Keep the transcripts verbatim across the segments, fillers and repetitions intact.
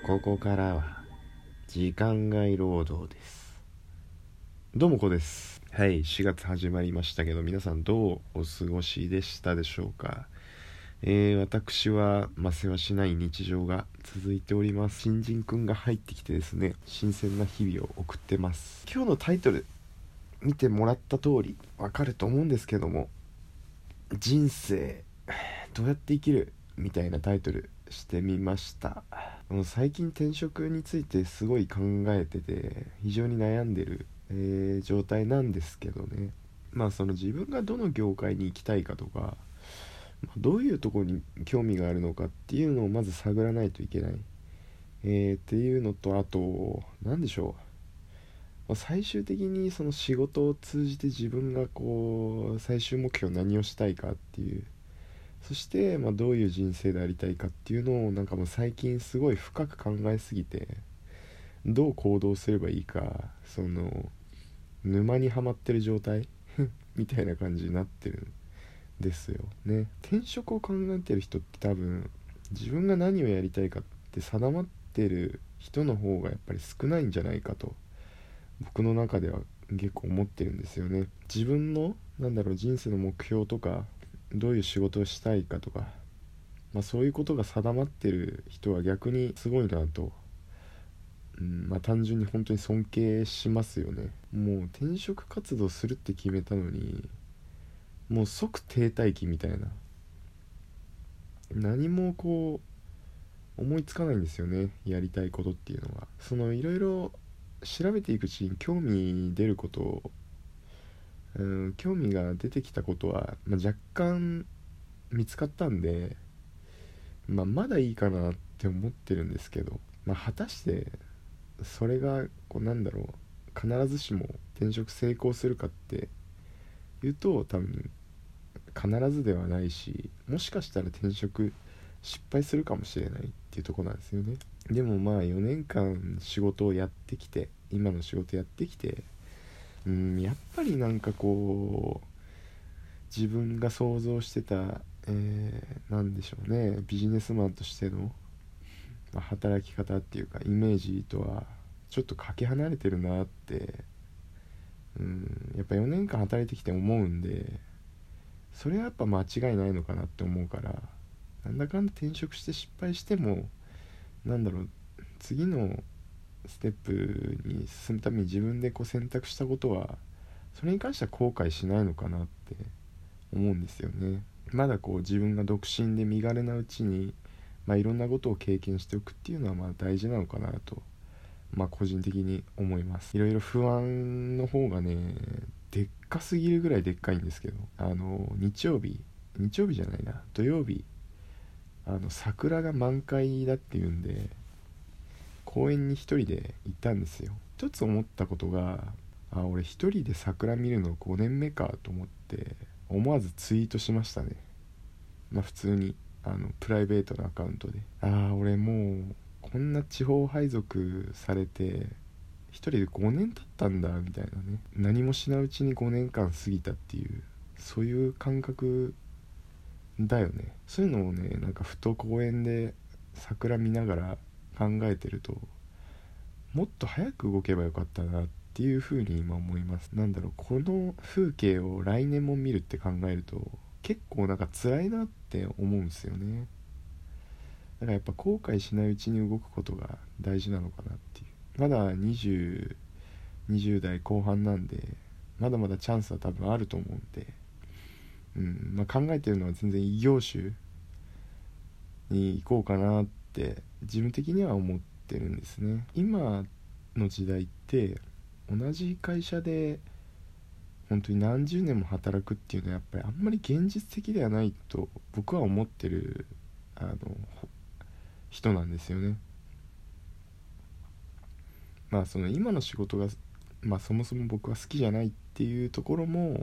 ここからは時間外労働です。どうもこうです。はい、しがつ始まりましたけど、皆さんどうお過ごしでしたでしょうか。えー、私は、まあ、せわしない日常が続いております。新人くんが入ってきてですね、新鮮な日々を送ってます。今日のタイトル見てもらった通りわかると思うんですけども、人生どうやって生きるみたいなタイトルしてみました。もう最近転職についてすごい考えてて非常に悩んでる、えー状態なんですけどね。まあその自分がどの業界に行きたいかとか、まあどういうところに興味があるのかっていうのをまず探らないといけない、えーっていうのと、あと何でしょう、まあ最終的にその仕事を通じて自分がこう最終目標何をしたいかっていう、そして、まあ、どういう人生でありたいかっていうのをなんかもう最近すごい深く考えすぎて、どう行動すればいいか、その沼にはまってる状態みたいな感じになってるんですよね。転職を考えてる人って多分自分が何をやりたいかって定まってる人の方がやっぱり少ないんじゃないかと僕の中では結構思ってるんですよね。自分のなんだろう人生の目標とか、どういう仕事をしたいかとか、まあ、そういうことが定まってる人は逆にすごいなと、うんまあ、単純に本当に尊敬しますよね。もう転職活動するって決めたのに、もう即停滞期みたいな、何もこう思いつかないんですよね、やりたいことっていうのが。そのいろいろ調べていくうちに興味出ることを、うん、興味が出てきたことは、まあ、若干見つかったんで、まあ、まだいいかなって思ってるんですけど、まあ、果たしてそれがこうなんだろう必ずしも転職成功するかっていうと多分必ずではないし、もしかしたら転職失敗するかもしれないっていうところなんですよね。でもまあよねんかん仕事をやってきて、今の仕事やってきて、うんやっぱりなんかこう自分が想像してた、えー、なんでしょうね、ビジネスマンとしての、まあ、働き方っていうかイメージとはちょっとかけ離れてるなって、うんやっぱよねんかん働いてきて思うんで、それはやっぱ間違いないのかなって思うから、なんだかんだ転職して失敗しても、なんだろう次のステップに進むために自分でこう選択したことは、それに関しては後悔しないのかなって思うんですよね。まだこう自分が独身で身軽なうちに、まあ、いろんなことを経験しておくっていうのはまあ大事なのかなと、まあ個人的に思います。いろいろ不安の方がねでっかすぎるぐらいでっかいんですけど、あの日曜日日曜日じゃないな土曜日、あの桜が満開だっていうんで公園に一人で行ったんですよ。一つ思ったことが、あ俺一人で桜見るのごねんめかと思って思わずツイートしましたね。まあ普通にあのプライベートなアカウントで、ああ俺もうこんな地方配属されて一人でごねん経ったんだみたいなね、何もしないうちにごねんかん過ぎたっていう、そういう感覚だよね。そういうのをねなんかふと公園で桜見ながら考えてると、もっと早く動けばよかったなっていう風に今思います。なんだろうこの風景を来年も見るって考えると結構なんか辛いなって思うんですよね。だからやっぱ後悔しないうちに動くことが大事なのかなっていう。まだにじゅう、にじゅう代後半なんで、まだまだチャンスは多分あると思うんで、うんまあ、考えてるのは全然異業種に行こうかなって自分的には思ってるんですね。今の時代って同じ会社で本当に何十年も働くっていうのはやっぱりあんまり現実的ではないと僕は思ってるあの人なんですよね。まあその今の仕事がまあそもそも僕は好きじゃないっていうところも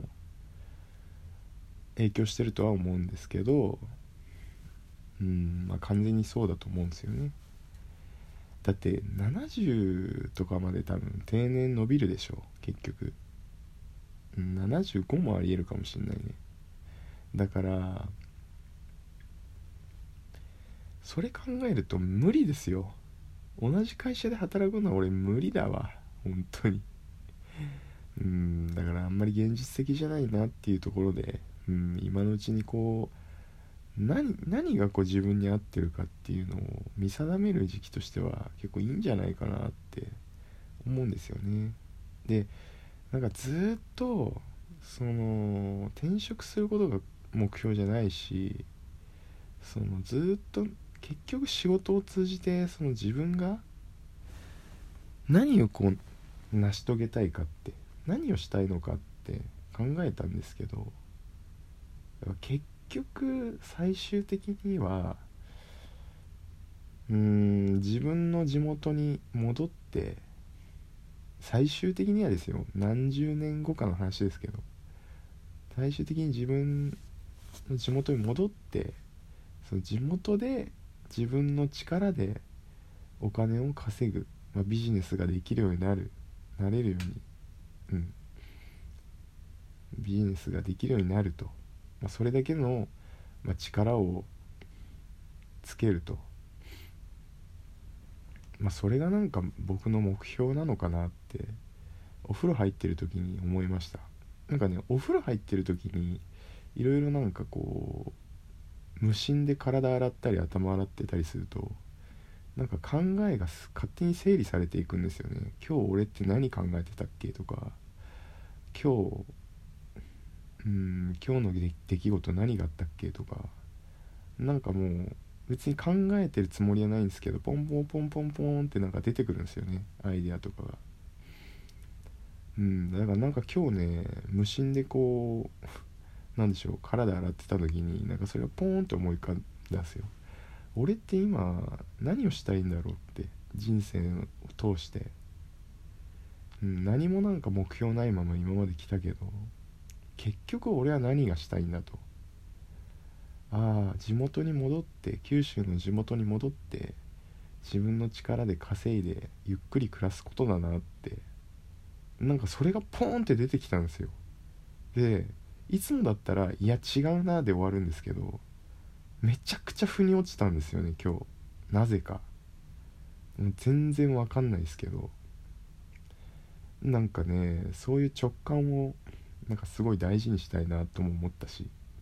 影響してるとは思うんですけど、うんまあ完全にそうだと思うんですよね。だってななじゅうとかまで多分定年伸びるでしょ結局。ななじゅうごもありえるかもしれないね。だからそれ考えると無理ですよ。 同じ会社で働くのは俺無理だわ本当に。うんだからあんまり現実的じゃないなっていうところで、うん今のうちにこう何何がこう自分に合ってるかっていうのを見定める時期としては結構いいんじゃないかなって思うんですよね。でなんかずっとその転職することが目標じゃないし、そのずっと結局仕事を通じてその自分が何をこう成し遂げたいかって、何をしたいのかって考えたんですけど、結局最終的にはうーん自分の地元に戻って、最終的にはですよ、何十年後かの話ですけど、最終的に自分の地元に戻って、その地元で自分の力でお金を稼ぐ、まあ、ビジネスができるようになるなれるように、うん、ビジネスができるようになると、まあ、それだけの、まあ、力をつけると、まあ、それがなんか僕の目標なのかなってお風呂入ってる時に思いました。なんかね、お風呂入ってる時にいろいろなんかこう無心で体洗ったり頭洗ってたりすると、なんか考えが勝手に整理されていくんですよね。今日俺って何考えてたっけとか、今日うん今日の出出来事何があったっけとか、なんかもう別に考えてるつもりはないんですけど、ポンポンポンポンポンってなんか出てくるんですよね、アイデアとかが。うんだからなんか今日ね、無心でこうなんでしょう、体洗ってた時になんかそれがポーンと思い浮かんだんですよ。俺って今何をしたいんだろうって、人生を通して、うん、何もなんか目標ないまま今まで来たけど、結局俺は何がしたいんだと。ああ地元に戻って、九州の地元に戻って自分の力で稼いでゆっくり暮らすことだなって、なんかそれがポーンって出てきたんですよ。でいつもだったらいや違うなで終わるんですけど、めちゃくちゃ腑に落ちたんですよね今日。なぜかもう全然わかんないですけど、なんかねそういう直感をなんかすごい大事にしたいなとも思ったし、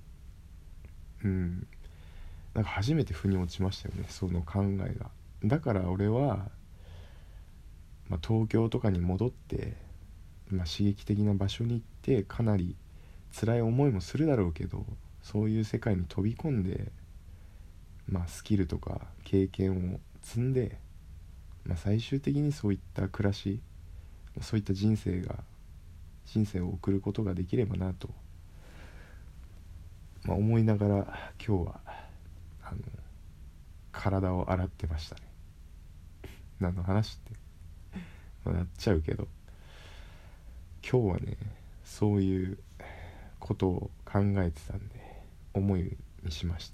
うんなんか初めて腑に落ちましたよね、その考えが。だから俺は、まあ、東京とかに戻って、まあ、刺激的な場所に行ってかなり辛い思いもするだろうけど、そういう世界に飛び込んで、まあ、スキルとか経験を積んで、まあ、最終的にそういった暮らし、そういった人生が人生を送ることができればなと、まあ、思いながら今日はあの体を洗ってましたね。何の話って、まあ、なっちゃうけど、今日はねそういうことを考えてたんで思いにしました。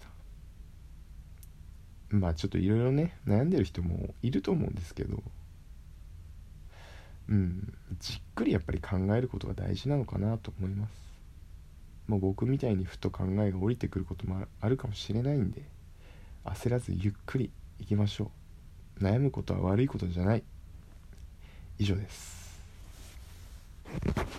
まあちょっといろいろね悩んでる人もいると思うんですけど、うんじっくりやっぱり考えることが大事なのかなと思います。もう僕みたいにふと考えが降りてくることもあるかもしれないんで、焦らずゆっくりいきましょう。悩むことは悪いことじゃない。以上です。